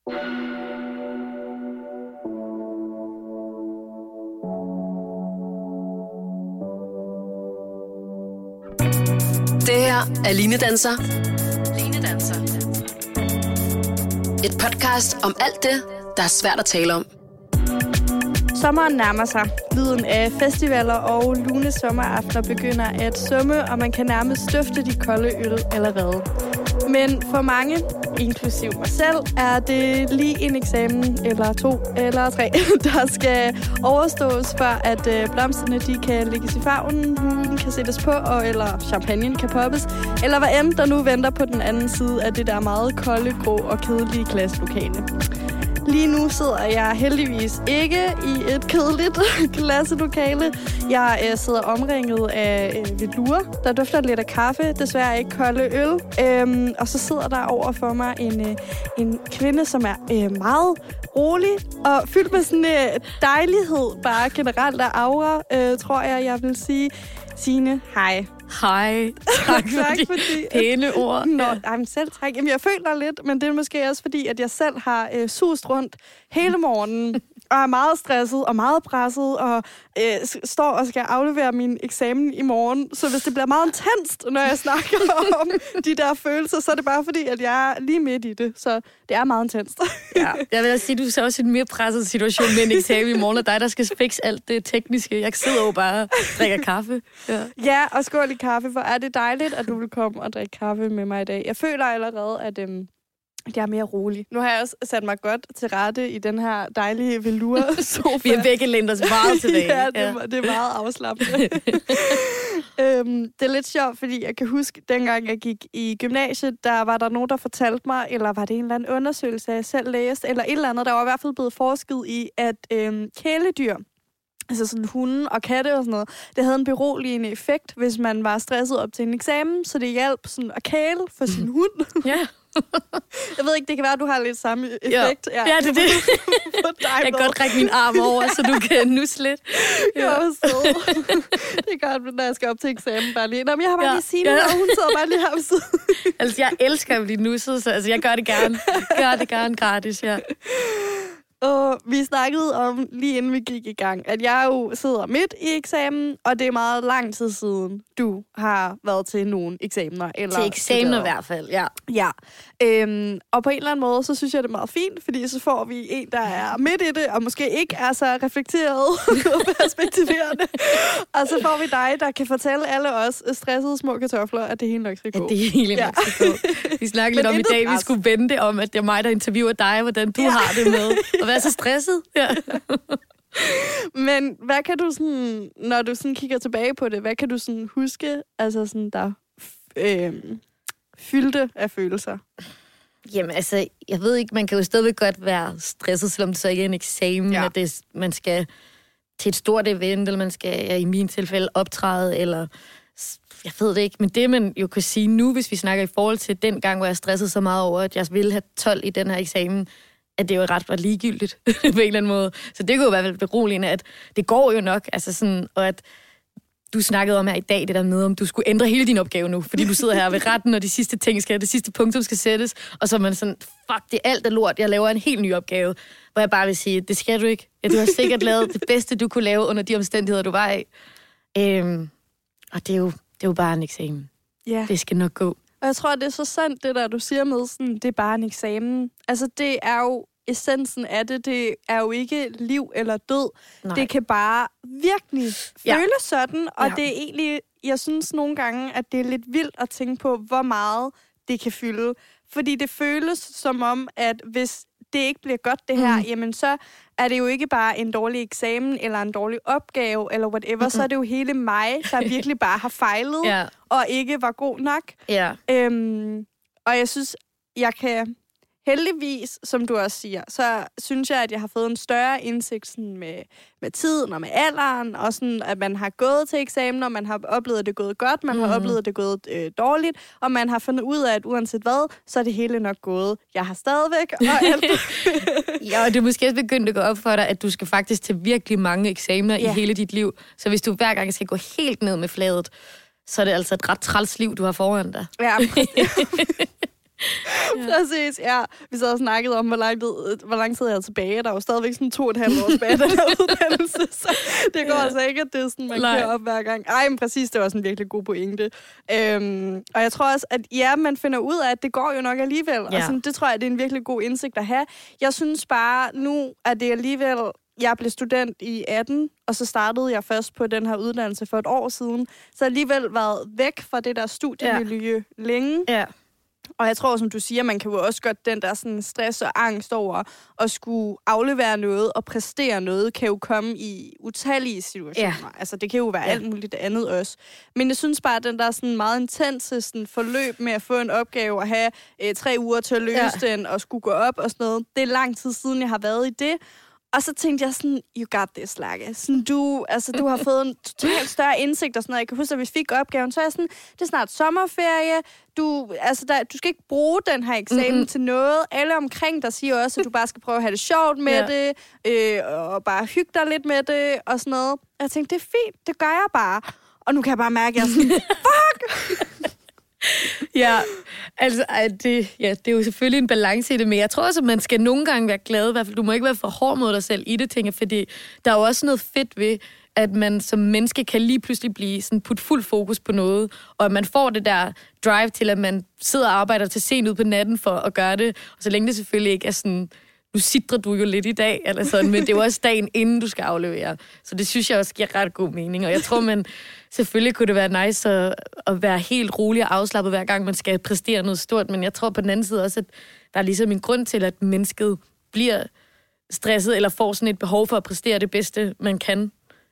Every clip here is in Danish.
Det her er Line Danser. Et podcast om alt det, der er svært at tale om. Sommeren nærmer sig. Lyden af festivaler og lune sommeraftener begynder at summe, og man kan nærmest dufte de kolde øl allerede. Men for mange, inklusiv mig selv, er det lige en eksamen, eller 2, eller 3, der skal overstås, for at blomsterne de kan lægges i farven, hulen kan sættes på, eller champagnen kan poppes, eller hvad end der nu venter på den anden side af det der meget kolde, grå og kedelige klasselokale. Lige nu sidder jeg heldigvis ikke i et kedeligt klasselokale. Jeg sidder omringet af velurer, der dufter lidt af kaffe, desværre ikke kolde øl. Og så sidder der over for mig en kvinde, som er meget rolig og fyldt med sådan dejlighed, bare generelt af aura, tror jeg vil sige. Signe, hej. Hej. Tak for de pæne ord. Nå, selv tak. Jamen, jeg føler lidt, men det er måske også fordi, at jeg selv har suset rundt hele morgenen, og er meget stresset og meget presset, og står og skal aflevere min eksamen i morgen. Så hvis det bliver meget intenst, når jeg snakker om de der følelser, så er det bare fordi, at jeg er lige midt i det. Så det er meget intenst. Ja, jeg vil også sige, du er også en mere presset situation med en eksamen i morgen, og dig, der skal fikse alt det tekniske. Jeg sidder jo bare og drikker kaffe. Ja, og skål i kaffe, for er det dejligt, at du vil komme og drikke kaffe med mig i dag. Jeg føler allerede, at jeg er mere rolig. Nu har jeg også sat mig godt til rette i den her dejlige velour-sofa. Vi har begge lænt os meget tilbage. Ja, det er meget afslappende. Det er lidt sjovt, fordi jeg kan huske, dengang jeg gik i gymnasiet, der var der nogen, der fortalte mig, eller var det en eller anden undersøgelse, jeg selv læste, eller et eller andet, der var i hvert fald blevet forsket i, at kæledyr, altså sådan hunde og katte og sådan noget, det havde en beroligende effekt, hvis man var stresset op til en eksamen, så det hjalp sådan at kæle for sin hund. Ja. Jeg ved ikke, det kan være, at du har lidt samme effekt. Ja, det er det. Jeg kan godt række min arm over, så du kan nusse lidt. Ja. Det er godt, når jeg skal op til eksamen. Bare lige. Nå, men jeg har bare lige Signe, og hun sidder bare lige her ved siden. Altså, jeg elsker at blive nusset, så altså, jeg gør det gerne. Gør det gerne gratis, ja. Og vi snakkede om, lige inden vi gik i gang, at jeg jo sidder midt i eksamen, og det er meget lang tid siden, du har været til nogle eksamener. Eller til eksamener i hvert fald, ja. Ja. Og på en eller anden måde, så synes jeg, det er meget fint, fordi så får vi en, der er midt i det, og måske ikke er så reflekteret og perspektiverende. Og så får vi dig, der kan fortælle alle os stressede små kartofler, at det hele nok skal gå. Ja, det hele nok skal gå. Vi snakkede lidt om i dag, vi skulle vente om, at det er mig, der interviewer dig, hvordan du har det med at være så stresset. Ja. Men hvad kan du sådan, når du sådan kigger tilbage på det, hvad kan du sådan huske, altså sådan der fyldte af følelser? Jamen altså, jeg ved ikke, man kan jo stadigvæk godt være stresset, selvom det så ikke er en eksamen, at man skal til et stort event, eller man skal i min tilfælde optræde, eller jeg ved det ikke, men det man jo kan sige nu, hvis vi snakker i forhold til den gang, hvor jeg stressede så meget over, at jeg ville have 12 i den her eksamen, at det jo var ligegyldigt på en eller anden måde. Så det kunne jo i hvert fald beroligende, at det går jo nok, altså sådan, og at du snakkede om her i dag, det der med, om du skulle ændre hele din opgave nu, fordi du sidder her ved retten, og de sidste ting skal, det sidste punktum skal sættes, og så er man sådan, fuck, det er alt er lort, jeg laver en helt ny opgave, hvor jeg bare vil sige, det skal du ikke. Ja, du har sikkert lavet det bedste, du kunne lave under de omstændigheder, du var i. Og det er jo bare en eksamen. Ja. Det skal nok gå. Og jeg tror, det er så sandt, det der, du siger med, sådan, det er bare en eksamen. Altså, det er jo essensen af det. Det er jo ikke liv eller død. Nej. Det kan bare virkelig føles sådan, og det er egentlig, jeg synes nogle gange, at det er lidt vildt at tænke på, hvor meget det kan fylde. Fordi det føles som om, at hvis det ikke bliver godt det her, jamen så er det jo ikke bare en dårlig eksamen, eller en dårlig opgave, eller whatever, så er det jo hele mig, der virkelig bare har fejlet, og ikke var god nok. Ja. Og jeg synes, jeg kan heldigvis, som du også siger, så synes jeg, at jeg har fået en større indsigt sådan med tiden og med alderen, og sådan, at man har gået til eksamener, man har oplevet, at det er gået godt, man har oplevet, at det er gået dårligt, og man har fundet ud af, at uanset hvad, så er det hele nok gået. Jeg har stadigvæk, og alt. Ja, og det er måske også begyndt at gå op for dig, at du skal faktisk til virkelig mange eksamener i hele dit liv. Så hvis du hver gang skal gå helt ned med fladet, så er det altså et ret træls liv, du har foran dig. Ja, Præcis, ja. Vi sad og snakkede om, hvor lang tid jeg havde tilbage. Der var stadigvæk sådan 2,5 år tilbage af den her uddannelse, så det går altså ikke, at det er sådan, man kører op hver gang. Ej, men præcis, det var sådan en virkelig god pointe. Og jeg tror også, at man finder ud af, at det går jo nok alligevel. Og sådan, det tror jeg, det er en virkelig god indsigt at have. Jeg synes bare, nu er det alligevel... Jeg blev student i 18, og så startede jeg først på den her uddannelse for et år siden. Så alligevel været væk fra det der studiemiljø længe. Ja. Og jeg tror, som du siger, man kan jo også godt den der sådan stress og angst over at skulle aflevere noget og præstere noget, kan jo komme i utallige situationer. Ja. Altså, det kan jo være alt muligt andet også. Men jeg synes bare, at den der sådan meget intense sådan forløb med at få en opgave og have 3 uger til at løse den og skulle gå op og sådan noget, det er lang tid siden, jeg har været i det. Og så tænkte jeg sådan, you got this, Lærke. Sådan, du har fået en totalt større indsigt og sådan noget. Jeg kan huske, at vi fik opgaven, så er jeg sådan, det er snart sommerferie. Du skal ikke bruge den her eksamen til noget. Alle omkring der siger også, at du bare skal prøve at have det sjovt med det, og bare hygge dig lidt med det, og sådan noget. Og jeg tænkte, det er fint, det gør jeg bare. Og nu kan jeg bare mærke, at jeg er sådan, fuck! Ja, altså, det er jo selvfølgelig en balance i det, men jeg tror også, at man skal nogle gange være glad, i hvert fald, du må ikke være for hård mod dig selv i det, tænker, fordi der er jo også noget fedt ved, at man som menneske kan lige pludselig blive sådan putte fuld fokus på noget, og at man får det der drive til, at man sidder og arbejder til sent ud på natten for at gøre det, og så længe det selvfølgelig ikke er sådan, nu sidder du jo lidt i dag, eller sådan, men det er jo også dagen inden, du skal aflevere. Så det synes jeg også giver ret god mening, og jeg tror, man selvfølgelig kunne det være nice at være helt rolig og afslappet hver gang, man skal præstere noget stort, men jeg tror på den anden side også, at der er ligesom en grund til, at mennesket bliver stresset, eller får sådan et behov for at præstere det bedste, man kan.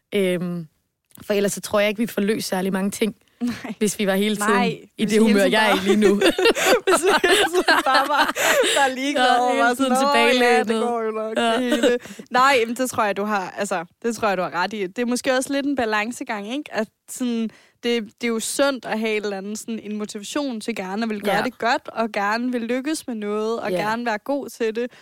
For ellers så tror jeg ikke, vi får løst særlig mange ting, hvis vi var hele tiden i det humør, jeg er i lige nu. Hvis vi bare var der ligeglade over sådan, tilbage, det går jo nok det hele. Nej, men det tror jeg, du har, ret i. Det er måske også lidt en balancegang, ikke? At sådan, det er jo sundt at have et eller andet, sådan en motivation til gerne at vil gøre det godt, og gerne vil lykkes med noget, og gerne være god til det.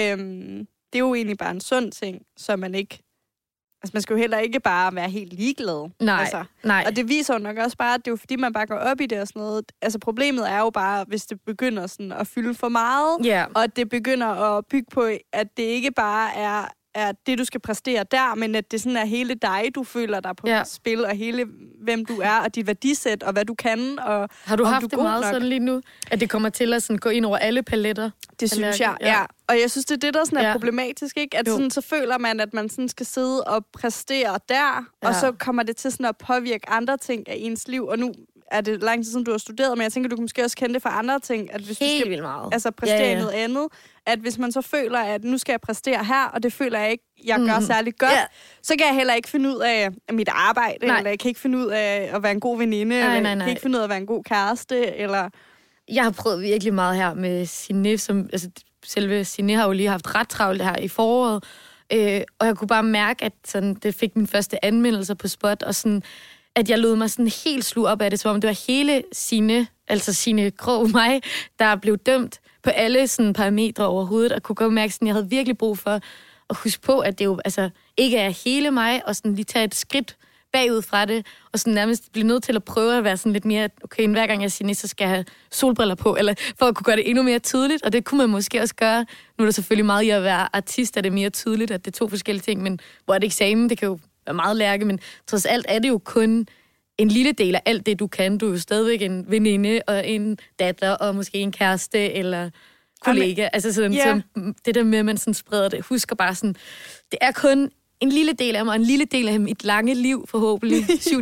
Det er jo egentlig bare en sund ting, så man ikke... Altså, man skal jo heller ikke bare være helt ligeglad. Nej. Og det viser jo nok også bare, at det er jo fordi, man bare går op i det og sådan noget. Altså, problemet er jo bare, hvis det begynder sådan at fylde for meget, og at det begynder at bygge på, at det ikke bare er det, du skal præstere der, men at det sådan er hele dig, du føler dig på spil, og hele hvem du er, og dit værdisæt, og hvad du kan, og har du haft det meget nok sådan lige nu, at det kommer til at sådan gå ind over alle paletter? Det synes jeg, ja. Og jeg synes, det er det, der sådan er problematisk, ikke? At sådan, så føler man, at man sådan skal sidde og præstere der, og så kommer det til sådan at påvirke andre ting af ens liv, og nu er det lang tid siden, du har studeret, men jeg tænker, du kan måske også kende det fra andre ting, at hvis du skal præstere noget andet, at hvis man så føler, at nu skal jeg præstere her, og det føler jeg ikke, jeg gør særlig godt, så kan jeg heller ikke finde ud af mit arbejde, eller jeg kan ikke finde ud af at være en god veninde, eller jeg kan ikke finde ud af at være en god kæreste, eller... Jeg har prøvet virkelig meget her med Signe, som... Altså, selve Signe har jo lige haft ret travlt her i foråret, og jeg kunne bare mærke, at sådan, det fik min første anmeldelser på spot, og sådan, at jeg lod mig sådan helt sluge op af det, som om det var hele Signe, altså Signe Krog mig, der blev dømt på alle sådan parametre overhovedet, og kunne godt mærke, at jeg havde virkelig brug for at huske på, at det jo altså ikke er hele mig, og sådan lige tage et skridt bagud fra det, og sådan nærmest blive nødt til at prøve at være sådan lidt mere, okay, hver gang jeg siger så skal jeg have solbriller på, eller for at kunne gøre det endnu mere tydeligt, og det kunne man måske også gøre. Nu er der selvfølgelig meget i at være artist, er det mere tydeligt, at det er 2 forskellige ting, men hvor er det eksamen, det kan jo være meget Lærke, men trods alt er det jo kun en lille del af alt det, du kan. Du er jo stadigvæk en veninde, og en datter, og måske en kæreste, eller kollega. Altså sådan, så det der med, at man sådan spreder det, husker bare sådan, det er kun en lille del af mig, og en lille del af mit lange liv, forhåbentlig,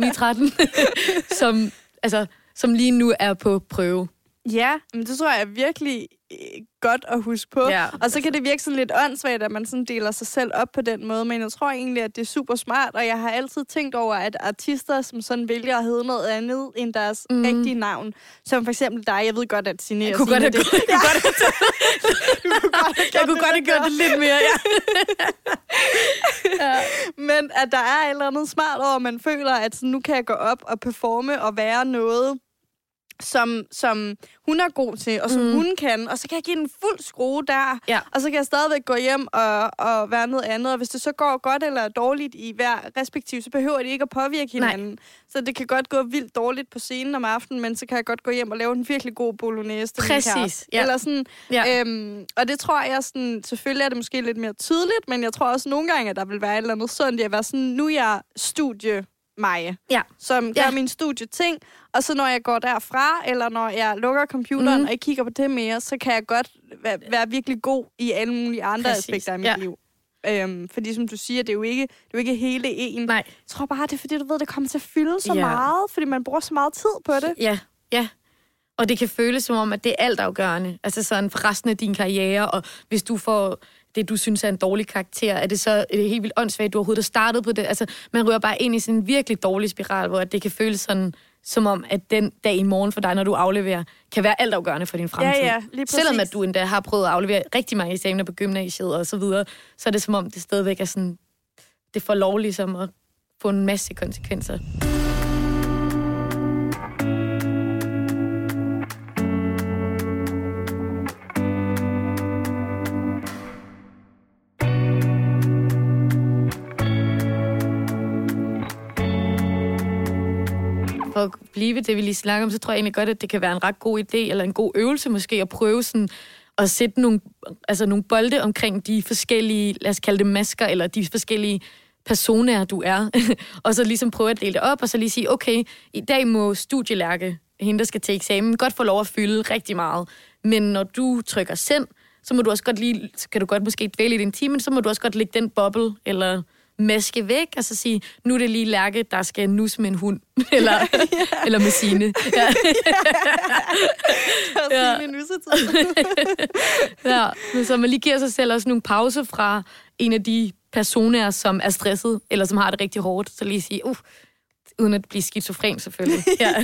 7-13, som lige nu er på prøve. Ja, men det tror jeg er virkelig godt at huske på. Ja. Og så kan det virke sådan lidt åndssvagt, at man sådan deler sig selv op på den måde, men jeg tror egentlig, at det er super smart, og jeg har altid tænkt over, at artister, som sådan vælger at hedde noget andet end deres rigtige navn, som for eksempel dig, jeg ved godt, at Signe... Jeg kunne godt have gjort det lidt mere, ja. Men at der er et eller andet smart over, at man føler, at sådan, nu kan jeg gå op og performe og være noget, som hun er god til, og som hun kan, og så kan jeg give den fuld skrue der, og så kan jeg stadigvæk gå hjem og være noget andet, og hvis det så går godt eller dårligt i hver respektiv, så behøver de ikke at påvirke hinanden. Nej. Så det kan godt gå vildt dårligt på scenen om aftenen, men så kan jeg godt gå hjem og lave en virkelig god bolognese. Præcis. Ja. Eller sådan, og det tror jeg sådan, selvfølgelig er det måske lidt mere tydeligt, men jeg tror også nogle gange, at der vil være et eller andet sundt i at være sådan, nu er jeg studie-Maje, som gør min studieting, og så når jeg går derfra, eller når jeg lukker computeren og ikke kigger på det mere, så kan jeg godt være virkelig god i alle mulige andre aspekter af mit liv. Fordi som du siger, det er jo ikke hele en. Nej. Jeg tror bare, det er fordi, du ved, det kommer til at fylde så meget, fordi man bruger så meget tid på det. Ja. Og det kan føles som om, at det er altafgørende. Altså sådan for resten af din karriere, og hvis du får det, du synes er en dårlig karakter, er det helt vildt åndssvagt, du overhovedet har startet på det. Altså, man ryger bare ind i sådan en virkelig dårlig spiral, hvor det kan føles sådan, som om, at den dag i morgen for dig, når du afleverer, kan være altafgørende for din fremtid. Ja, lige præcis. Selvom at du endda har prøvet at aflevere rigtig mange eksamener på gymnasiet og så videre, så er det som om, det stadigvæk er sådan, det får lov ligesom at få en masse konsekvenser. For at blive det, vi lige snakker om, så tror jeg egentlig godt, at det kan være en ret god idé, eller en god øvelse måske, at prøve sådan at sætte nogle bolde omkring de forskellige, lad os kalde det masker, eller de forskellige personer, du er. Og så ligesom prøve at dele det op, og så lige sige, okay, i dag må studielærke, hende der skal til eksamen, godt få lov at fylde rigtig meget. Men når du trykker send, så må du også godt lige, så kan du godt måske dvæle i din time, så må du også godt lægge den boble, eller maske væk, og så sige, nu er det lige Lærke, der skal nusse med en hund. Eller med Signe. Signe nussetid. Men så man lige giver sig selv også nogle pauser fra en af de personer, som er stresset, eller som har det rigtig hårdt, så lige sige, uden at blive skizofren selvfølgelig.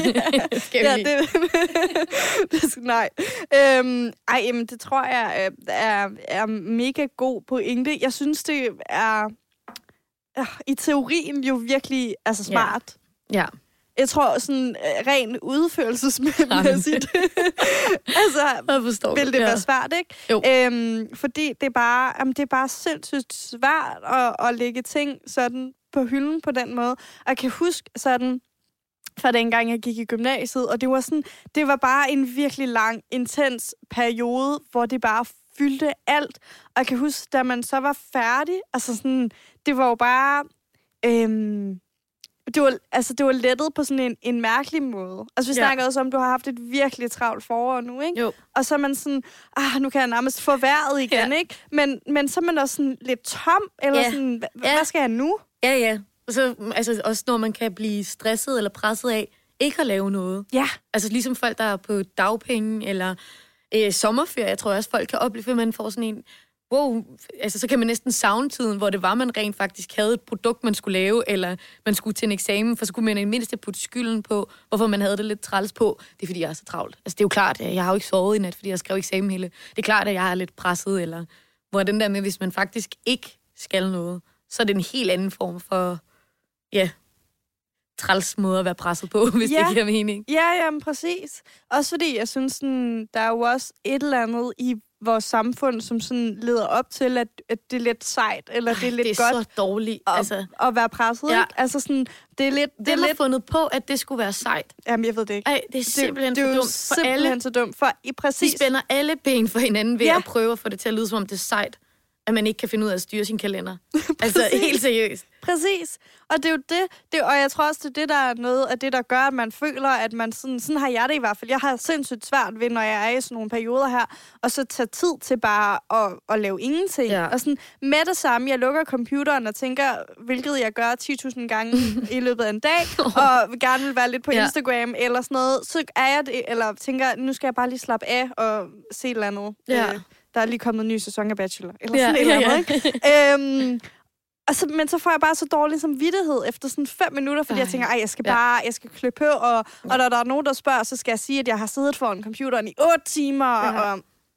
Nej. Men det tror jeg er mega god pointe. Jeg synes, det er i teorien jo virkelig smart. Ja. Jeg tror sådan ren udførelsesmæssigt vil det være svært, ikke? Fordi det er bare sindssygt svært at lægge ting sådan på hylden på den måde. Og jeg kan huske sådan fra dengang jeg gik i gymnasiet, og det var bare en virkelig lang, intens periode, hvor det bare fyldte alt. Og jeg kan huske, da man så var færdig, altså sådan, det var jo bare det var lettet på sådan en mærkelig måde. Altså vi snakker også om, du har haft et virkelig travlt forår nu, ikke? Jo. Og så er man sådan, nu kan jeg nærmest få vejret igen, ikke? Men så er man også sådan lidt tom, eller sådan, hvad skal jeg nu? Ja. Og så, også når man kan blive stresset eller presset af ikke at lave noget. Ja. Altså ligesom folk, der er på dagpenge, eller sommerferie, jeg tror også, folk kan opleve, at man får sådan en, så kan man næsten savne tiden, hvor det var, man rent faktisk havde et produkt, man skulle lave, eller man skulle til en eksamen, for så kunne man i mindste putte skylden på, hvorfor man havde det lidt træls på. Det er, fordi jeg er så travlt. Altså, det er jo klart, at jeg har jo ikke sovet i nat, fordi jeg skrev eksamen hele. Det er klart, at jeg er lidt presset, eller hvor den der med, hvis man faktisk ikke skal noget, så er det en helt anden form for, træls måde at være presset på, hvis det giver mening. Ja, præcis. Også fordi, jeg synes, sådan, der er jo også et eller andet i vores samfund, som sådan leder op til, at det er lidt sejt, eller det er lidt godt. Det er så dårligt. At være presset, ikke? Altså sådan, det er lidt... Hvem har fundet på, at det skulle være sejt? Jamen, jeg ved det ikke. Ej, det er simpelthen så dumt. Det er simpelthen så dumt, for præcis... De spænder alle ben for hinanden ved at prøve at få det til at lyde, som om det er sejt, at man ikke kan finde ud af at styre sin kalender. Altså, helt seriøst. Præcis. Og det er jo det. Og jeg tror også, det er det, der er noget af det, der gør, at man føler, at man sådan har jeg det i hvert fald. Jeg har sindssygt svært ved, når jeg er i sådan nogle perioder her, og så tage tid til bare at lave ingenting. Ja. Og sådan med det samme, jeg lukker computeren og tænker, hvilket jeg gør 10.000 gange i løbet af en dag, og gerne vil være lidt på Instagram eller sådan noget, så er jeg det, eller tænker, nu skal jeg bare lige slappe af og se et eller andet. Ja. Der er lige kommet en ny sæson af Bachelor. Eller sådan et eller andet, ikke? Men så får jeg bare så dårlig samvittighed efter sådan 5 minutter, fordi jeg tænker, jeg skal klø på, og når der er nogen, der spørger, så skal jeg sige, at jeg har siddet foran computeren i 8 timer, og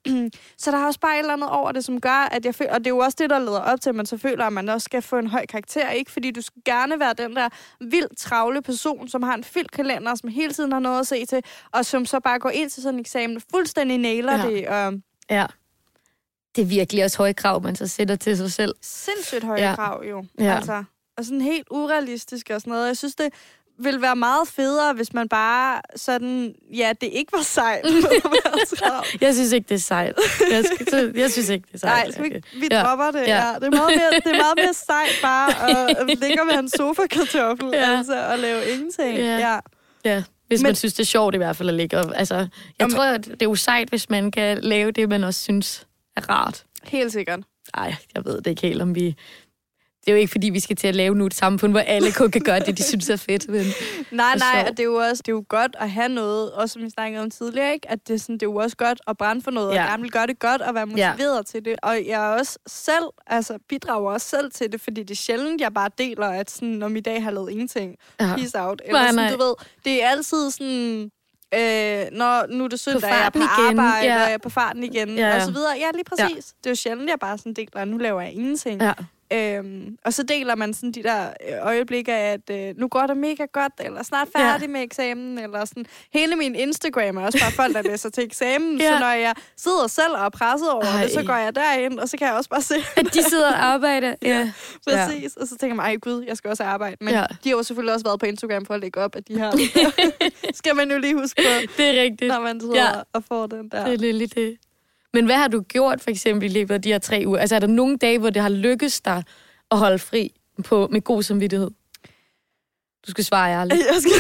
Så der er også bare et eller andet over det, som gør, at jeg føler, og det er jo også det, der leder op til, at man så føler, at man også skal få en høj karakter, ikke? Fordi du skal gerne være den der vildt travle person, som har en fyldt kalender, som hele tiden har noget at se til, og som så bare går ind til sådan en eksamen, fuldstændig nailer det. Og ja. Det er virkelig også høje krav, man så sætter til sig selv. Sindssygt høje krav, jo. Ja. Altså, og sådan helt urealistisk og sådan noget. Jeg synes, det ville være meget federe, hvis man bare sådan, det ikke var sejt. Jeg synes ikke, det er sejt. Jeg synes ikke, det er sejt. Nej, vi dropper det. Ja. Det er meget mere sejt bare at ligge med en sofa-kartoffel og lave ingenting. Ja. Hvis man synes, det er sjovt i hvert fald at ligge op. Altså, jeg tror, at det er jo sejt, hvis man kan lave det, man også synes er rart. Helt sikkert. Nej, jeg ved det ikke helt, om vi... Det er jo ikke, fordi vi skal til at lave nu et samfund, hvor alle kun kan gøre det, de synes er fedt. Men nej, og det er jo også godt at have noget, også som vi snakkede om tidligere, ikke? At det er jo også godt at brænde for noget, og gerne vil gøre det godt, og være motiveret til det. Og jeg er også selv, bidrager også selv til det, fordi det er sjældent, jeg bare deler, at sådan, om i dag har lavet ingenting. Peace out. Eller sådan, du ved, det er altid sådan... når nu er det søndag, jeg er på arbejde, og jeg er på farten igen, og så videre. Ja, lige præcis. Ja. Det er jo sjældent, jeg bare sådan deler, at nu laver jeg ingenting. Ja. Og så deler man sådan de der øjeblikke af, at nu går det mega godt, eller snart færdig med eksamen, eller sådan. Hele min Instagram er også bare folk, der læser til eksamen, så når jeg sidder selv og er presset over det, så går jeg derind, og så kan jeg også bare se... At de sidder og arbejder. Ja, præcis. Og så tænker man, gud, jeg skal også arbejde. Men de har jo selvfølgelig også været på Instagram for at lægge op, at de har... skal man jo lige huske på. Det er rigtigt. Når man sidder og får den der. Det er lidt det. Men hvad har du gjort, for eksempel, i løbet af de her 3 uger? Altså, er der nogle dage, hvor det har lykkes dig at holde fri med god samvittighed? Du skal svare ærligt.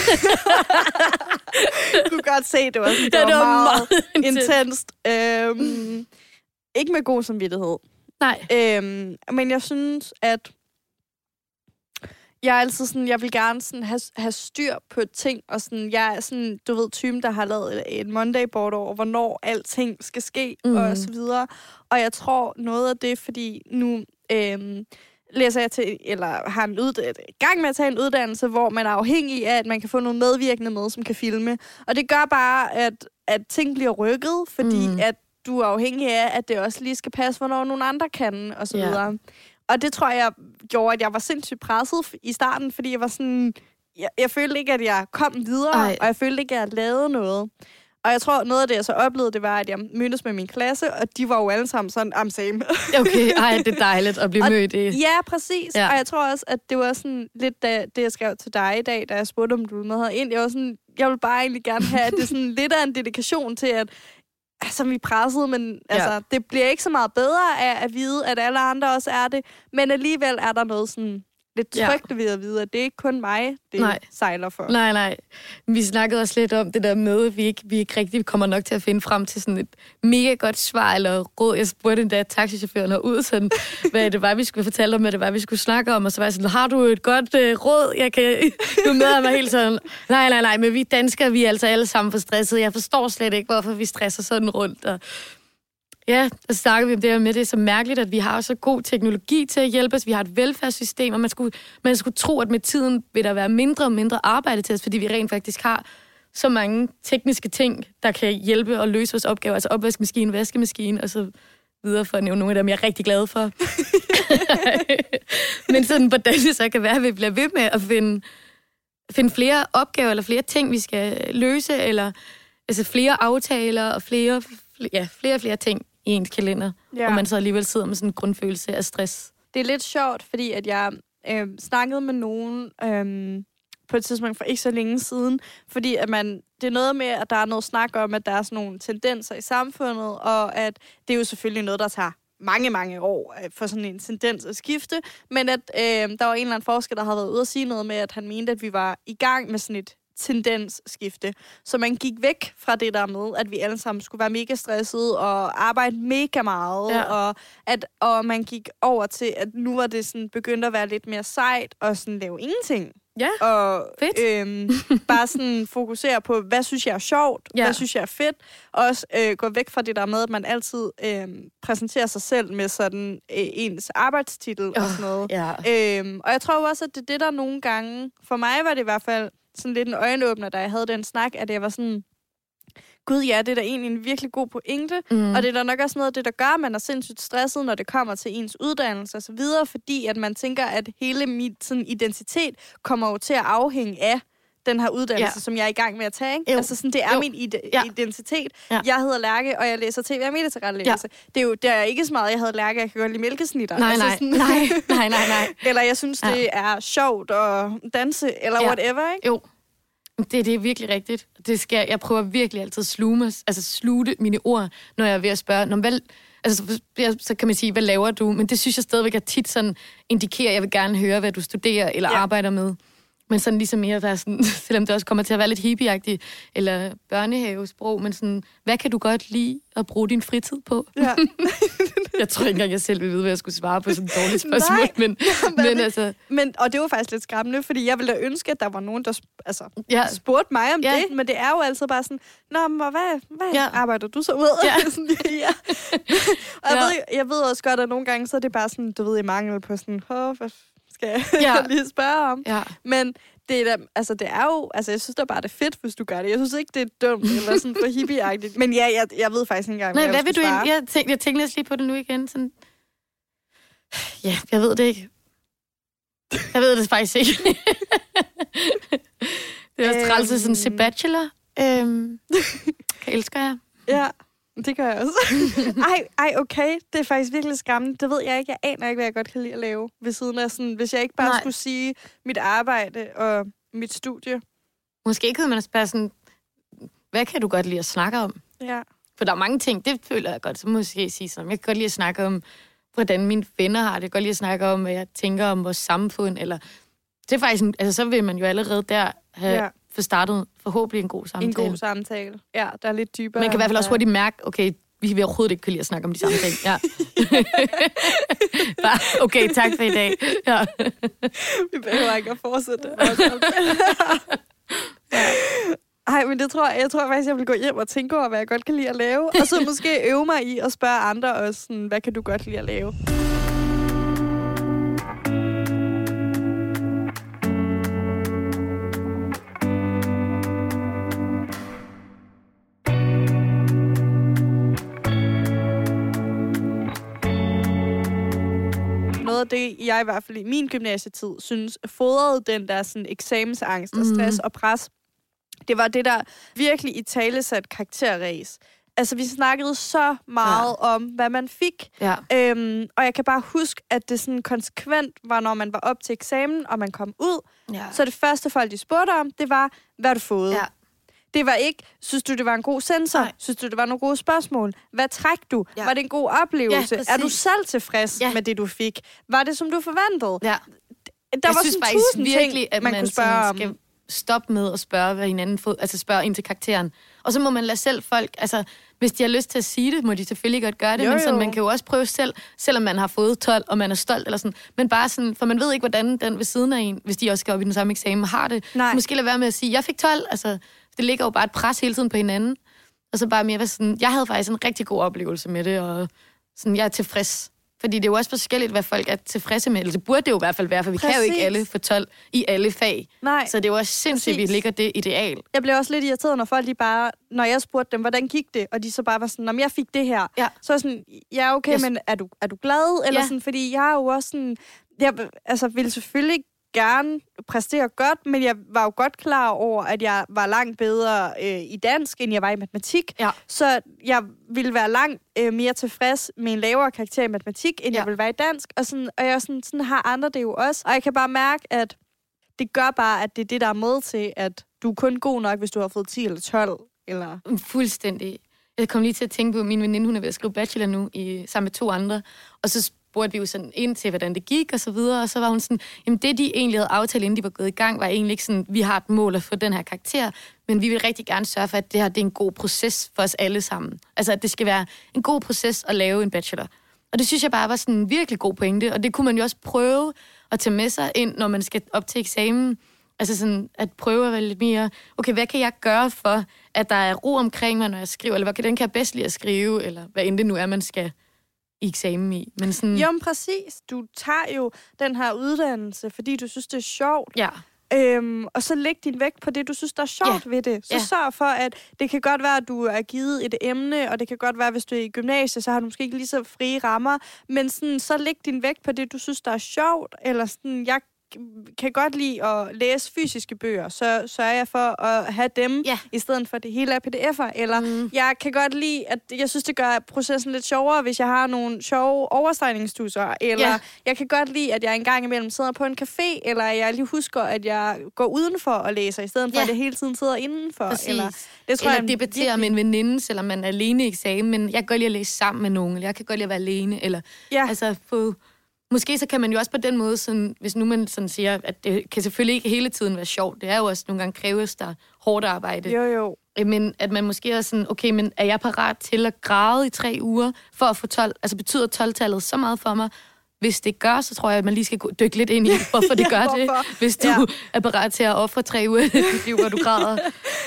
Du kunne godt se, det var, sådan, det var meget intenst. Ikke med god samvittighed. Nej. Men jeg synes, at jeg er altid sådan, jeg vil gerne sådan have styr på ting, og sådan, jeg er sådan, du ved, typen, der har lavet et Monday-board over, hvornår alting skal ske, og så videre. Og jeg tror, noget af det, fordi nu læser jeg til, eller har en gang med at tage en uddannelse, hvor man er afhængig af, at man kan få nogle medvirkende med, som kan filme. Og det gør bare, at ting bliver rykket, fordi at du er afhængig af, at det også lige skal passe, hvornår nogle andre kan, og så videre. Og det tror jeg gjorde, at jeg var sindssygt presset i starten, fordi jeg var sådan... Jeg følte ikke, at jeg kom videre, og jeg følte ikke, at jeg lavede noget. Og jeg tror, noget af det, jeg så oplevede, det var, at jeg mødtes med min klasse, og de var jo alle sammen sådan, I'm same. Okay, det er dejligt at blive mødt i. Ja, præcis. Ja. Og jeg tror også, at det var sådan lidt det, jeg skrev til dig i dag, da jeg spurgte, om du havde ind. Jeg var sådan, jeg ville bare egentlig gerne have, at det er sådan lidt af en dedikation til, at som vi pressede, men altså, det bliver ikke så meget bedre af at vide, at alle andre også er det. Men alligevel er der noget sådan lidt trygt ved at vide, at det er ikke kun mig, det sejler for. Nej. Vi snakkede også lidt om det der med, at vi ikke rigtig kommer nok til at finde frem til sådan et mega godt svar eller råd. Jeg spurgte endda taxichaufføren herud, sådan, hvad det var, vi skulle fortælle om, hvad det var, vi skulle snakke om, og så var jeg sådan, har du et godt råd? Jeg kan du med mig helt sådan, nej, men vi danskere, vi er altså alle sammen for stressede. Jeg forstår slet ikke, hvorfor vi stresser sådan rundt, og ja, der snakker vi om det her med, det er så mærkeligt, at vi har så god teknologi til at hjælpe os. Vi har et velfærdssystem, og man skulle tro, at med tiden vil der være mindre og mindre arbejde til os, fordi vi rent faktisk har så mange tekniske ting, der kan hjælpe og løse vores opgaver. Altså opvaskemaskine, vaskemaskine og så videre, for at nævne nogle af dem, jeg er rigtig glad for. Men sådan, hvordan det så kan være, at vi bliver ved med at finde flere opgaver, eller flere ting, vi skal løse, eller altså flere aftaler og flere ting i ens kalender, og man så alligevel sidder med sådan en grundfølelse af stress. Det er lidt sjovt, fordi at jeg snakkede med nogen på et tidspunkt for ikke så længe siden, fordi at det er noget med, at der er noget snak om, at der er sådan nogle tendenser i samfundet, og at det er jo selvfølgelig noget, der tager mange, mange år for sådan en tendens at skifte, men at der var en eller anden forsker, der havde været ude at sige noget med, at han mente, at vi var i gang med sådan et tendensskifte. Så man gik væk fra det der med, at vi alle sammen skulle være mega stressede og arbejde mega meget, og man gik over til, at nu var det sådan begyndt at være lidt mere sejt og sådan lave ingenting. Ja, og bare sådan fokusere på, hvad synes jeg er sjovt, hvad synes jeg er fedt, og også gå væk fra det der med, at man altid præsenterer sig selv med sådan ens arbejdstitel og sådan noget. Og jeg tror også, at det er det, der nogle gange, for mig var det i hvert fald sådan lidt en øjenåbner, da jeg havde den snak, at jeg var sådan, gud ja, det er da egentlig en virkelig god pointe. Og det er da nok også noget af det, der gør, at man er sindssygt stresset, når det kommer til ens uddannelse og så videre, fordi at man tænker, at hele min sådan, identitet kommer jo til at afhænge af den her uddannelse, som jeg er i gang med at tage. Ikke? Altså sådan, det er min identitet. Ja. Jeg hedder Lærke, og jeg læser TV og medietilrettelæggelse. Ja. Det er ikke så meget, jeg hedder Lærke, jeg kan godt lide mælkesnitter. Nej. Eller jeg synes, det er sjovt at danse, eller whatever, ikke? Jo. Det er virkelig rigtigt. Jeg prøver virkelig altid at slutte mine ord, når jeg er ved at spørge, så kan man sige, hvad laver du? Men det synes jeg stadigvæk er tit sådan, indikerer, jeg vil gerne høre, hvad du studerer eller arbejder med. Men sådan ligesom mere, der er sådan, selvom det også kommer til at være lidt hippieagtigt, eller børnehavesprog, men sådan, hvad kan du godt lide at bruge din fritid på? Ja. Jeg tror ikke engang, jeg selv vil vide, hvad jeg skulle svare på sådan et dårligt spørgsmål. Men og det var faktisk lidt skræmmende, fordi jeg ville da ønske, at der var nogen, der spurgte mig om det, men det er jo altid bare sådan, nå, men hvad arbejder du så ud? Og jeg ved også godt, at nogle gange, så er det bare sådan, du ved, i mangel på sådan, hvad skal jeg lige spørge om? Ja. Men det er da, det er jo, jeg synes da bare, det er fedt, hvis du gør det. Jeg synes ikke, det er dumt eller sådan for hippieagtigt. Men jeg ved faktisk ikke engang, hvad vil du egentlig? Jeg tænker lige på det nu igen. Sådan. Ja, jeg ved det ikke. Jeg ved det faktisk ikke. Det er også træls sådan en se Bachelor. Elsker jeg. Ja. Det gør jeg også. Okay. Det er faktisk virkelig skræmmende. Det ved jeg ikke. Jeg aner ikke, hvad jeg godt kan lide at lave ved siden af sådan, hvis jeg ikke bare skulle sige mit arbejde og mit studie. Måske kunne man spørge sådan, hvad kan du godt lide at snakke om? Ja. For der er mange ting, det føler jeg godt, så måske sige sådan. Jeg kan godt lide at snakke om, hvordan mine venner har det. Jeg kan godt lide at snakke om, hvad jeg tænker om vores samfund. Eller det er faktisk, så vil man jo allerede der have for startet forhåbentlig en god samtale. En god samtale. Ja, der er lidt dybere. Man kan i hvert fald også hurtigt mærke, okay, vi vil overhovedet ikke kunne lide at snakke om de samme ting. Ja. Okay, tak for i dag. Ja. Vi behøver ikke at fortsætte. Men jeg tror faktisk, jeg vil gå hjem og tænke over, hvad jeg godt kan lide at lave. Og så måske øve mig i at spørge andre også, sådan, hvad kan du godt lide at lave? Noget af det, jeg i hvert fald i min gymnasietid synes fodrede den der sådan eksamensangst og stress og pres, det var det der virkelig italesat karakterræs. Altså, vi snakkede så meget om, hvad man fik. Ja. Og jeg kan bare huske, at det sådan konsekvent var, når man var op til eksamen, og man kom ud. Ja. Så det første folk, de spurgte om, det var, hvad har du fået? Ja. Det var ikke, synes du, det var en god sensor? Nej. Synes du, det var nogle gode spørgsmål? Hvad træk du? Ja. Var det en god oplevelse? Ja, er du selv tilfreds med det, du fik? Var det, som du forventede? Ja. Der var sådan tusind ting, at man kunne spørge om. Skal stoppe med at spørge, hvad hinanden får, altså spørge ind til karakteren. Og så må man lade selv folk, hvis de har lyst til at sige det, må de selvfølgelig godt gøre det, men sådan, man kan jo også prøve selv, selvom man har fået 12, og man er stolt eller sådan, men bare sådan, for man ved ikke, hvordan den ved siden af en, hvis de også skal op i den samme eksamen, har det. Nej. Måske lade være med at sige, jeg fik 12, det ligger jo bare et pres hele tiden på hinanden, og så bare mere sådan, jeg havde faktisk en rigtig god oplevelse med det, og sådan, jeg er tilfreds. Fordi det er jo også forskelligt, hvad folk er tilfredse med. Eller det burde det jo i hvert fald være, for vi kan jo ikke alle få 12 i alle fag. Nej. Så det er jo også sindssygt, at vi ligger det ideal. Jeg blev også lidt irriteret, når folk når jeg spurgte dem, hvordan gik det? Og de så bare var sådan, om jeg fik det her. Ja. Så var sådan, ja okay, men er du glad? Eller sådan, fordi jeg er jo også sådan, jeg ville selvfølgelig gerne præstere godt, men jeg var jo godt klar over, at jeg var langt bedre i dansk, end jeg var i matematik. Ja. Så jeg ville være langt mere tilfreds med en lavere karakter i matematik, end jeg ville være i dansk. Og jeg sådan har andre det jo også. Og jeg kan bare mærke, at det gør bare, at det er det, der er med til, at du er kun god nok, hvis du har fået 10 eller 12. Eller... Fuldstændig. Jeg kom lige til at tænke på, at min veninde, hun er ved at skrive bachelor nu, sammen med 2 andre. Og så spurgte vi jo sådan ind til, hvordan det gik og så videre, og så var hun sådan, jamen det de egentlig havde aftalt, inden de var gået i gang, var egentlig ikke sådan, vi har et mål at få den her karakter, men vi vil rigtig gerne sørge for, at det her det er en god proces for os alle sammen. Altså, at det skal være en god proces at lave en bachelor. Og det synes jeg bare var sådan en virkelig god pointe, og det kunne man jo også prøve at tage med sig ind, når man skal op til eksamen. Altså sådan, at prøve at være lidt mere, okay, hvad kan jeg gøre for, at der er ro omkring mig, når jeg skriver, eller hvordan kan jeg bedst lide at skrive, eller hvad end det nu er, man skal i eksamen i. Men sådan... Jo, præcis. Du tager jo den her uddannelse, fordi du synes, det er sjovt. Ja. Og så læg din vægt på det, du synes, der er sjovt ved det. Så sørg for, at det kan godt være, at du er givet et emne, og det kan godt være, hvis du er i gymnasiet, så har du måske ikke lige så frie rammer, men sådan, så læg din vægt på det, du synes, der er sjovt, eller sådan, jeg kan godt lide at læse fysiske bøger, så sørger jeg for at have dem, i stedet for det hele er pdf'er, eller jeg kan godt lide, at jeg synes, det gør processen lidt sjovere, hvis jeg har nogle sjove overstregningstusser, eller jeg kan godt lide, at jeg engang imellem sidder på en café, eller jeg lige husker, at jeg går udenfor og læser, i stedet for, at jeg hele tiden sidder indenfor. Præcis. Eller debattere med en veninde, selvom man er alene i eksamen, men jeg kan godt lide at læse sammen med nogen, eller jeg kan godt lide at være alene, eller altså få... Måske så kan man jo også på den måde, sådan, hvis nu man sådan siger, at det kan selvfølgelig ikke hele tiden være sjovt. Det er jo også nogle gange kræves der hårdt arbejde. Jo. Men at man måske er sådan, okay, men er jeg parat til at græde i 3 uger for at få 12? Altså betyder 12-tallet så meget for mig? Hvis det gør, så tror jeg, at man lige skal dykke lidt ind i, hvorfor det gør det. Hvis du er parat til at ofre 3 uger, hvor du græder.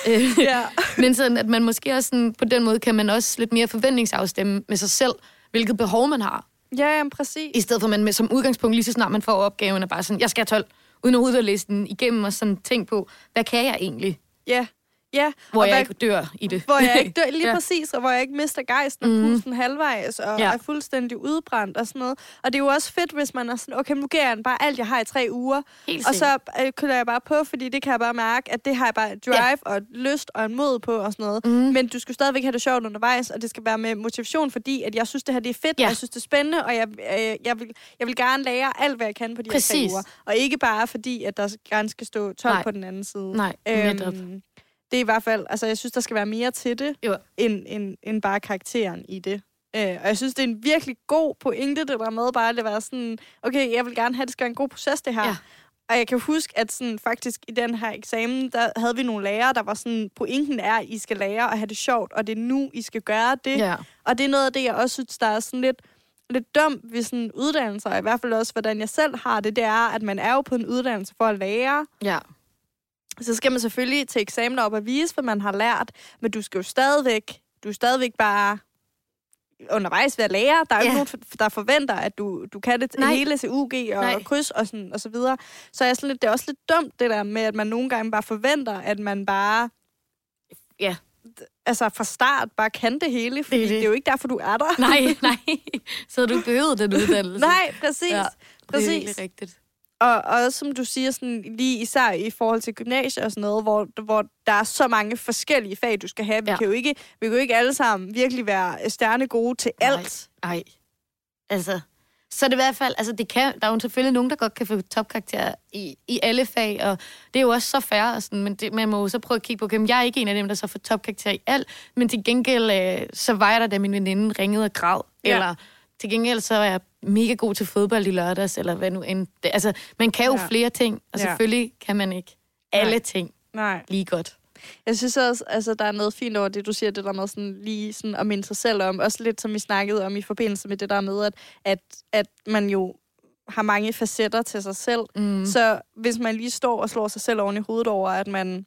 Men sådan, at man måske også sådan, på den måde kan man også lidt mere forventningsafstemme med sig selv, hvilket behov man har. Ja, præcis. I stedet for, at man som udgangspunkt, lige så snart man får opgaven, er bare sådan, jeg skal have 12, uden overhovedet at læse den igennem og sådan tænke på, hvad kan jeg egentlig? Ja. Hvor jeg ikke dør i det. Hvor jeg ikke dør, lige præcis, og hvor jeg ikke mister gejsten og pusten halvvejs, og er fuldstændig udbrændt og sådan noget. Og det er jo også fedt, hvis man er sådan, okay, nu giver jeg bare alt, jeg har i 3 uger. Og så køler jeg bare på, fordi det kan jeg bare mærke, at det har jeg bare et drive og et lyst og en mod på og sådan noget. Men du skal stadigvæk have det sjovt undervejs, og det skal være med motivation, fordi at jeg synes, det her det er fedt, og jeg synes, det er spændende, og jeg vil gerne lære alt, hvad jeg kan på de her 3 uger. Og ikke bare fordi, at der gerne skal stå 12 på den anden side. Nej, netop. Det er i hvert fald, altså jeg synes, der skal være mere til det, end bare karakteren i det. Og jeg synes, det er en virkelig god pointe, det der med bare at være sådan, okay, jeg vil gerne have, det skal være en god proces, det her. Ja. Og jeg kan huske, at sådan, faktisk i den her eksamen, der havde vi nogle lærere, der var sådan, pointen er, at I skal lære at have det sjovt, og det er nu, I skal gøre det. Ja. Og det er noget af det, jeg også synes, der er sådan lidt dumt ved sådan uddannelser, i hvert fald også, hvordan jeg selv har det, det er, at man er jo på en uddannelse for at lære. Ja. Så skal man selvfølgelig til eksamener op og vise, hvad man har lært, men du skal jo stadigvæk bare undervejs være lærer. Der er jo ikke nogen, der forventer, at du kan det hele til UG og kryds og sådan og så videre. Så er sådan lidt, det er også lidt dumt, det der med, at man nogle gange bare forventer, at man bare altså fra start bare kan det hele, fordi det er jo ikke derfor, du er der. Nej. Så du behøvede den uddannelse. Nej, præcis. Ja, det er virkelig rigtigt. Og som du siger, sådan, lige især i forhold til gymnasiet og sådan noget, hvor der er så mange forskellige fag, du skal have. Vi kan jo ikke alle sammen virkelig være stjernegode til alt. Nej. Altså, så det i hvert fald, altså der er jo selvfølgelig nogen, der godt kan få topkarakterer i alle fag, og det er jo også så fair, og sådan, men man må jo så prøve at kigge på, okay, jeg er ikke en af dem, der så får topkarakterer i alt, men til gengæld, så var jeg der, da min veninde ringede og græd, eller til gengæld så er jeg mega god til fodbold i lørdags, eller hvad nu end. Altså, man kan jo flere ting, og selvfølgelig kan man ikke alle ting lige godt. Jeg synes også, altså, der er noget fint over det, du siger, det der med sådan, lige sådan, at minde sig selv om. Også lidt, som vi snakkede om i forbindelse med det der med, at man jo har mange facetter til sig selv. Så hvis man lige står og slår sig selv oven i hovedet over, at man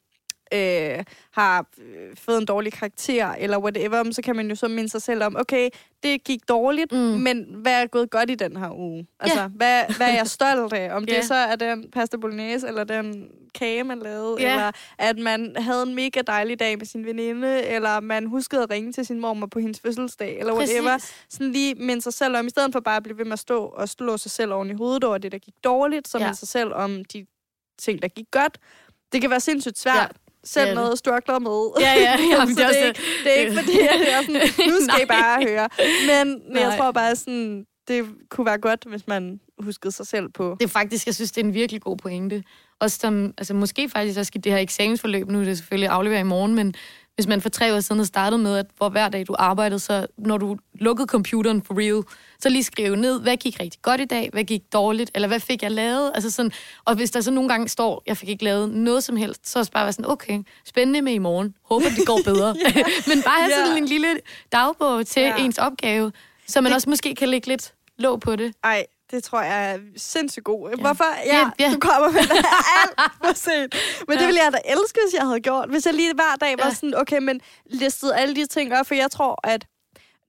har fået en dårlig karakter, eller whatever, så kan man jo så minde sig selv om, okay, det gik dårligt, men hvad er gået godt i den her uge? Altså, hvad er jeg stolt af? Om det så er den pasta bolognese, eller den kage, man lavede, eller at man havde en mega dejlig dag med sin veninde, eller man huskede at ringe til sin mormor på hendes fødselsdag, eller whatever. Sådan lige minde sig selv om, i stedet for bare at blive ved med at stå og slå sig selv oven i hovedet over det, der gik dårligt, så minde sig selv om de ting, der gik godt. Det kan være sindssygt svært. Selv noget struggler med. Jamen, så det er ikke fordi, at det er sådan, nu skal I bare høre. Men jeg tror bare sådan, det kunne være godt, hvis man huskede sig selv på. Det er faktisk, jeg synes, det er en virkelig god pointe. Også som, altså måske faktisk også i det her eksamensforløb, nu er det selvfølgelig afleveret i morgen, men hvis man for 3 år siden startede med, at hvor hver dag du arbejdede, så når du lukkede computeren for real, så lige skrive ned, hvad gik rigtig godt i dag, hvad gik dårligt, eller hvad fik jeg lavet? Altså sådan, og hvis der så nogle gange står, jeg fik ikke lavet noget som helst, så er det bare være sådan, okay, spændende med i morgen, håber det går bedre. Men bare have sådan en lille dagbog til ens opgave, så man også måske kan lægge lidt låg på det. Ej, det tror jeg er sindssygt god. Hvorfor? Du kommer med det alt for sent. Men det ville jeg da elske, hvis jeg havde gjort. Hvis jeg lige hver dag var sådan, okay, men listede alle de ting op, for jeg tror, at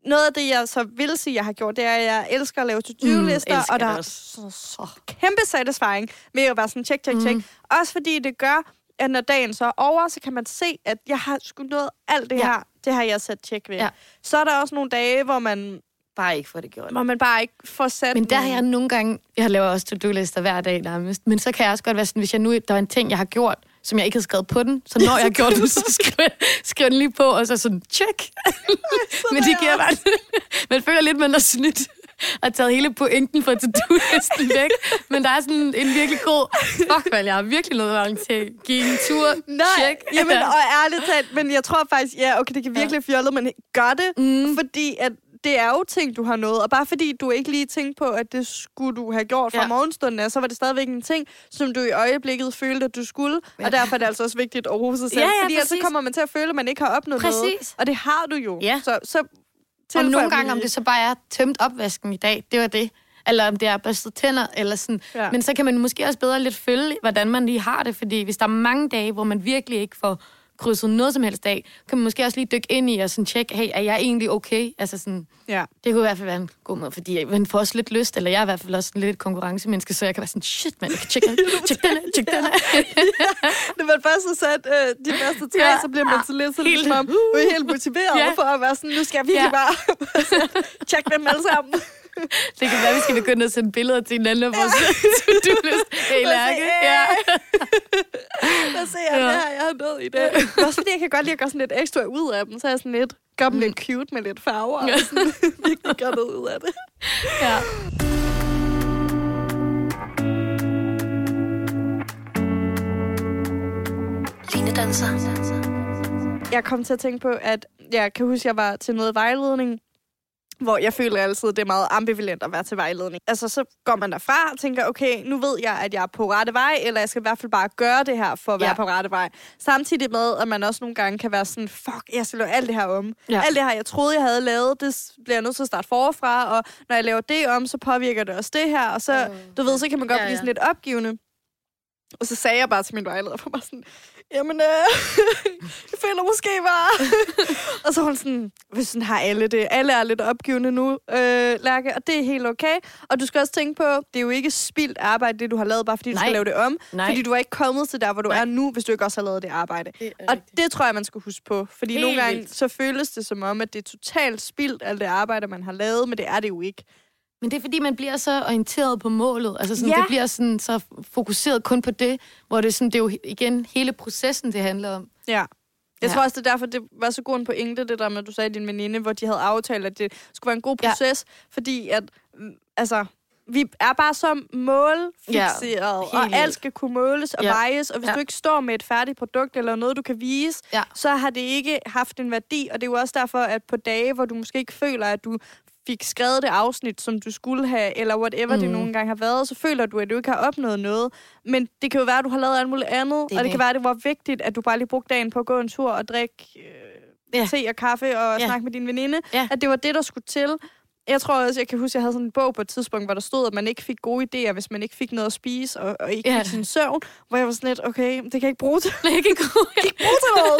noget af det, jeg så vil sige, jeg har gjort, det er, at jeg elsker at lave to-do-lister, og der er så kæmpe satisfying med at være sådan, tjek. Også fordi det gør, at når dagen så er over, så kan man se, at jeg har sgu nået alt det her. Det har jeg sat tjek ved. Ja. Så er der også nogle dage, hvor man bare ikke får det gjort. Hvor man bare ikke får sat... Men der har jeg nogle gange... Jeg laver også to-do-lister hver dag nærmest. Men så kan jeg også godt være sådan, hvis jeg nu... Der var en ting, jeg har gjort, som jeg ikke havde skrevet på den. Så når jeg har gjort den, så skriver den lige på, og så sådan, check. Men det giver bare... Man føler lidt, man har snydt og taget hele pointen fra to-do-listen væk. Men der er sådan en virkelig god... Fuck, vel, jeg har virkelig noget til at give en tur. Nej, jamen, og ærligt talt, men jeg tror faktisk, okay, det kan virkelig fjollet, men gør det, fordi at det er jo ting, du har nået, og bare fordi du ikke lige tænkte på, at det skulle du have gjort fra morgenstunden af, så var det stadigvæk en ting, som du i øjeblikket følte, at du skulle, og derfor er det altså også vigtigt at rose sig selv, fordi ellers så kommer man til at føle, at man ikke har opnået noget, og det har du jo. Ja. Så og nogle gange, om det så bare er tømt opvasken i dag, det var det. Eller om det er børstet tænder, eller sådan. Ja. Men så kan man måske også bedre lidt følge, hvordan man lige har det, fordi hvis der er mange dage, hvor man virkelig ikke får krydset noget som helst af, kan man måske også lige dykke ind i og sådan tjekke, hey, er jeg egentlig okay? Altså sådan, det kunne i hvert fald være en god måde, fordi man får også lidt lyst, eller jeg er i hvert fald også lidt et konkurrencemenneske, så jeg kan være sådan, shit, man, jeg kan tjekke den. Når man først har sat de første 3, så bliver man så lidt sådan, ligesom om, helt motiveret for at være sådan, nu skal jeg virkelig bare tjekke dem alle sammen. Det kan være, vi skal begynde at sende billeder til hinanden af vores to-do-list. Hey, Lærke. Lad os se, det her, jeg har nået i dag. Også fordi jeg kan godt lide at gøre sådan lidt ekstra ud af dem, så er jeg sådan lidt, gør dem lidt cute med lidt farver, og sådan virkelig gør noget ud af det. Ja. Linedanser. Jeg kom til at tænke på, at jeg kan huske, at jeg var til noget vejledning, hvor jeg føler altid, at det er meget ambivalent at være til vejledning. Altså, så går man derfra og tænker, okay, nu ved jeg, at jeg er på rette vej, eller jeg skal i hvert fald bare gøre det her for at være på rette vej. Samtidig med, at man også nogle gange kan være sådan, fuck, jeg skal lave alt det her om. Ja. Alt det her, jeg troede, jeg havde lavet, det bliver jeg nødt til at starte forfra, og når jeg laver det om, så påvirker det også det her, og så, du ved, så kan man godt blive sådan lidt opgivende. Og så sagde jeg bare til min vejleder, for mig sådan, jamen, jeg føler måske bare. Og så var hun sådan, hvis sådan har alle det. Alle er lidt opgivende nu, Lærke, og det er helt okay. Og du skal også tænke på, det er jo ikke spildt arbejde, det du har lavet, bare fordi du skal lave det om. Nej. Fordi du er ikke kommet til der, hvor du er nu, hvis du ikke også har lavet det arbejde. Og det tror jeg, man skal huske på. Fordi helt nogle gange, så føles det som om, at det er totalt spildt, alt det arbejde, man har lavet, men det er det jo ikke. Men det er, fordi man bliver så orienteret på målet. Altså sådan, det bliver sådan så fokuseret kun på det, hvor det, sådan, det er jo igen hele processen, det handler om. Ja. Jeg tror også, det er derfor, det var så god en pointe, det der med, du sagde din veninde, hvor de havde aftalt, at det skulle være en god proces, fordi at, altså, vi er bare så målfikseret, og alt skal kunne måles og vejes, og hvis du ikke står med et færdigt produkt, eller noget, du kan vise, så har det ikke haft en værdi, og det er jo også derfor, at på dage, hvor du måske ikke føler, at du fik skrevet det afsnit, som du skulle have, eller whatever det nogle gange har været, så føler du, at du ikke har opnået noget. Men det kan jo være, at du har lavet alt muligt andet, og det kan være, at det var vigtigt, at du bare lige brugte dagen på at gå en tur og drikke te og kaffe og snakke med din veninde. At det var det, der skulle til. Jeg tror også, jeg kan huske, at jeg havde sådan en bog på et tidspunkt, hvor der stod, at man ikke fik gode idéer, hvis man ikke fik noget at spise, og ikke fik sin søvn, hvor jeg var sådan lidt, okay, det kan jeg ikke bruge til. Jeg kan ikke bruge til noget.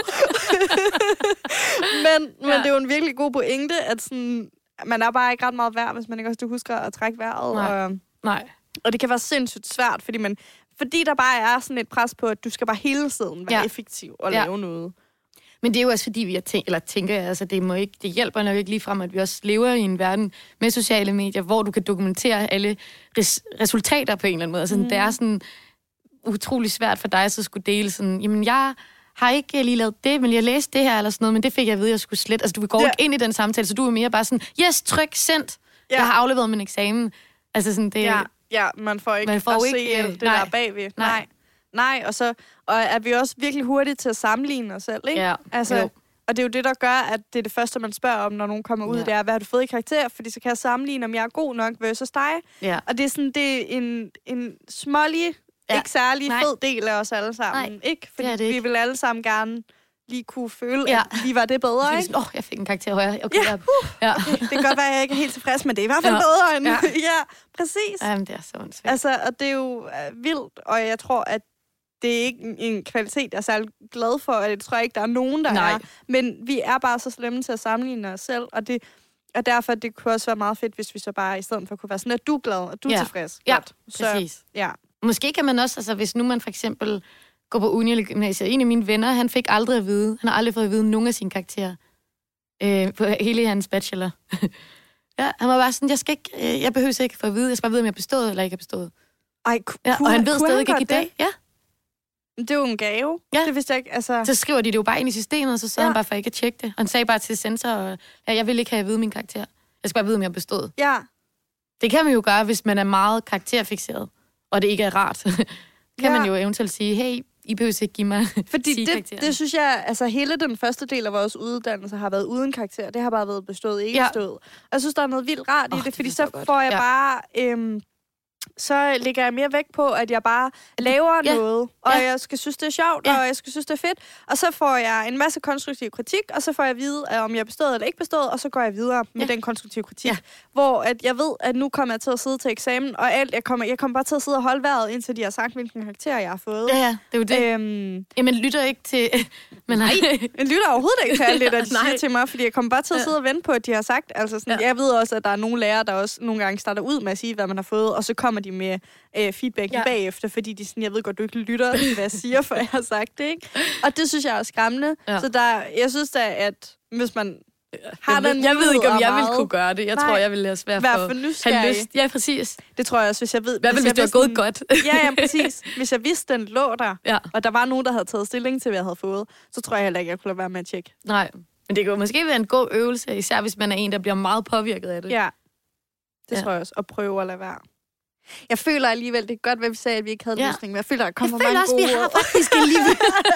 men det er jo en virkelig god pointe, at sådan, man er bare ikke ret meget værd, hvis man ikke også husker at trække vejret. Og det kan være sindssygt svært, fordi der bare er sådan et pres på, at du skal bare hele tiden være effektiv og lave noget. Men det er jo også fordi, vi tænker, altså det hjælper nok ikke lige frem, at vi også lever i en verden med sociale medier, hvor du kan dokumentere alle resultater på en eller anden måde. Altså, det er sådan utrolig svært for dig, så skulle dele sådan, jamen jeg har ikke lige lavet det, men jeg læste det her eller sådan noget, men det fik jeg at vide, at jeg skulle slet. Altså, du går ikke ind i den samtale, så du er mere bare sådan, yes, tryk, sendt. Jeg har afleveret min eksamen. Altså sådan, det... Ja, man får ikke at se det der bagved. Nej, og er vi også virkelig hurtige til at sammenligne os selv, ikke? Ja. Altså, og det er jo det, der gør, at det er det første, man spørger om, når nogen kommer ud, det er, hvad har du fået i karakter? Fordi så kan jeg sammenligne, om jeg er god nok versus dig. Ja. Og det er sådan, det er en smålig, ikke særlig fed del af os alle sammen. Ikke? Fordi vi vil alle sammen gerne lige kunne føle, at vi var det bedre, ikke? Sådan, jeg fik en karakter højere. Okay, okay. Det kan godt være, at jeg ikke er helt tilfreds, men det er i hvert fald bedre end... præcis. Jamen, det er så ondt. Altså, og det er jo vildt, og jeg tror, at det er ikke en kvalitet, jeg er særlig glad for, og det tror jeg ikke, der er nogen, der er. Men vi er bare så slemme til at sammenligne os selv, og det Og derfor, det kunne også være meget fedt, hvis vi så bare i stedet for kunne være sådan, at du er glad, og du er tilfreds. Ja, godt. præcis. Så, ja. Måske kan man også, altså hvis nu man for eksempel går på uni eller gymnasiet, en af mine venner, han fik aldrig at vide, han har aldrig fået at vide nogen af sine karakterer på hele hans bachelor. Ja, han var bare sådan, jeg behøver ikke få at vide, jeg skal bare vide, om jeg har bestået eller ikke har bestået. Ej, og han ved stadig ikke i dag. Ja. Det er jo en gave. Ja. Det vidste jeg ikke. Altså... Så skriver de det jo bare ind i systemet, og så sad han bare for ikke at tjekke det. Og han sagde bare til censor, jeg vil ikke have at vide min karakter. Jeg skal bare vide, om jeg har bestået. Ja. Det kan man jo gøre, hvis man er meget karakterfikseret, og det ikke er rart. Kan man jo eventuelt sige, hey, I behøver ikke give mig fordi det synes jeg, altså hele den første del af vores uddannelse har været uden karakter. Det har bare været bestået, ikke bestået. Og jeg synes, der er noget vildt rart i det, fordi så får jeg bare... så lægger jeg mere vægt på, at jeg bare laver noget, og jeg skal synes, det er sjovt, og jeg skal synes, det er fedt. Og så får jeg en masse konstruktiv kritik, og så får jeg at vide, om jeg er bestået eller ikke bestået, og så går jeg videre med den konstruktive kritik. Ja. Hvor at jeg ved, at nu kommer jeg til at sidde til eksamen, og jeg kommer bare til at sidde og holde vejret, indtil de har sagt, hvilken karakter jeg har fået. Ja, det er jo det. Jamen, lytter ikke til... Men nej, jeg lytter overhovedet ikke til alt det, der de siger til mig, fordi jeg kommer bare til at sidde og vente på, at de har sagt. Altså sådan, jeg ved også, at der er nogle lærere, der også nogle gange starter ud med at sige, hvad man har fået, og så kommer de med feedback bagefter, fordi de sådan, jeg ved godt, du ikke lytter til, hvad jeg siger, for jeg har sagt det, ikke? Og det synes jeg er skræmmende. Ja. Så jeg synes da, at hvis man har den mulighed, jeg ved ikke, om jeg ville kunne gøre det. Jeg tror, jeg ville have svært for at have lyst. Ja, præcis. Det tror jeg også, hvis jeg ved... Hvad hvis det var gået godt? Ja, præcis. Hvis jeg vidste, den lå der, og der var nogen, der havde taget stilling til, hvad jeg havde fået, så tror jeg heller ikke, jeg kunne lade være med at tjekke. Nej, men det kan måske være en god øvelse, især hvis man er en, der bliver meget påvirket af det. Ja, det tror jeg også. At prøve at lade være. Jeg føler alligevel, det er godt, hvad vi sagde, at vi ikke havde løsning, men jeg føler, der kommer mange gode råd. Jeg føler også, vi har faktisk alligevel.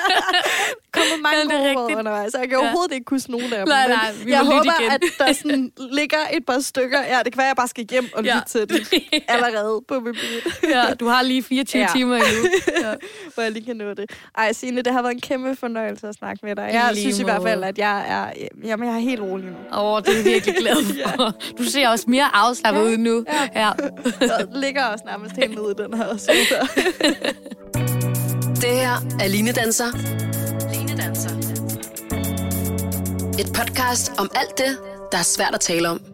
kommer mange gode råd undervejs, så jeg kan overhovedet ikke huske nogen af dem. Nej, jeg håber, at der sådan ligger et par stykker. Ja, det kan være, at jeg bare skal hjem og lytte til det allerede på mobilen. Ja, du har lige 24 timer endnu. Ja. Hvor jeg lige kan nå det. Ej, Signe, det har været en kæmpe fornøjelse at snakke med dig. Jeg synes i hvert fald, at jeg er helt rolig nu. Det er jeg virkelig glad for. Du ser også mere afslappet ud nu. Ja. Ligger også nærmest helt nede i den her sofa. Det her er Line Danser. Et podcast om alt det, der er svært at tale om.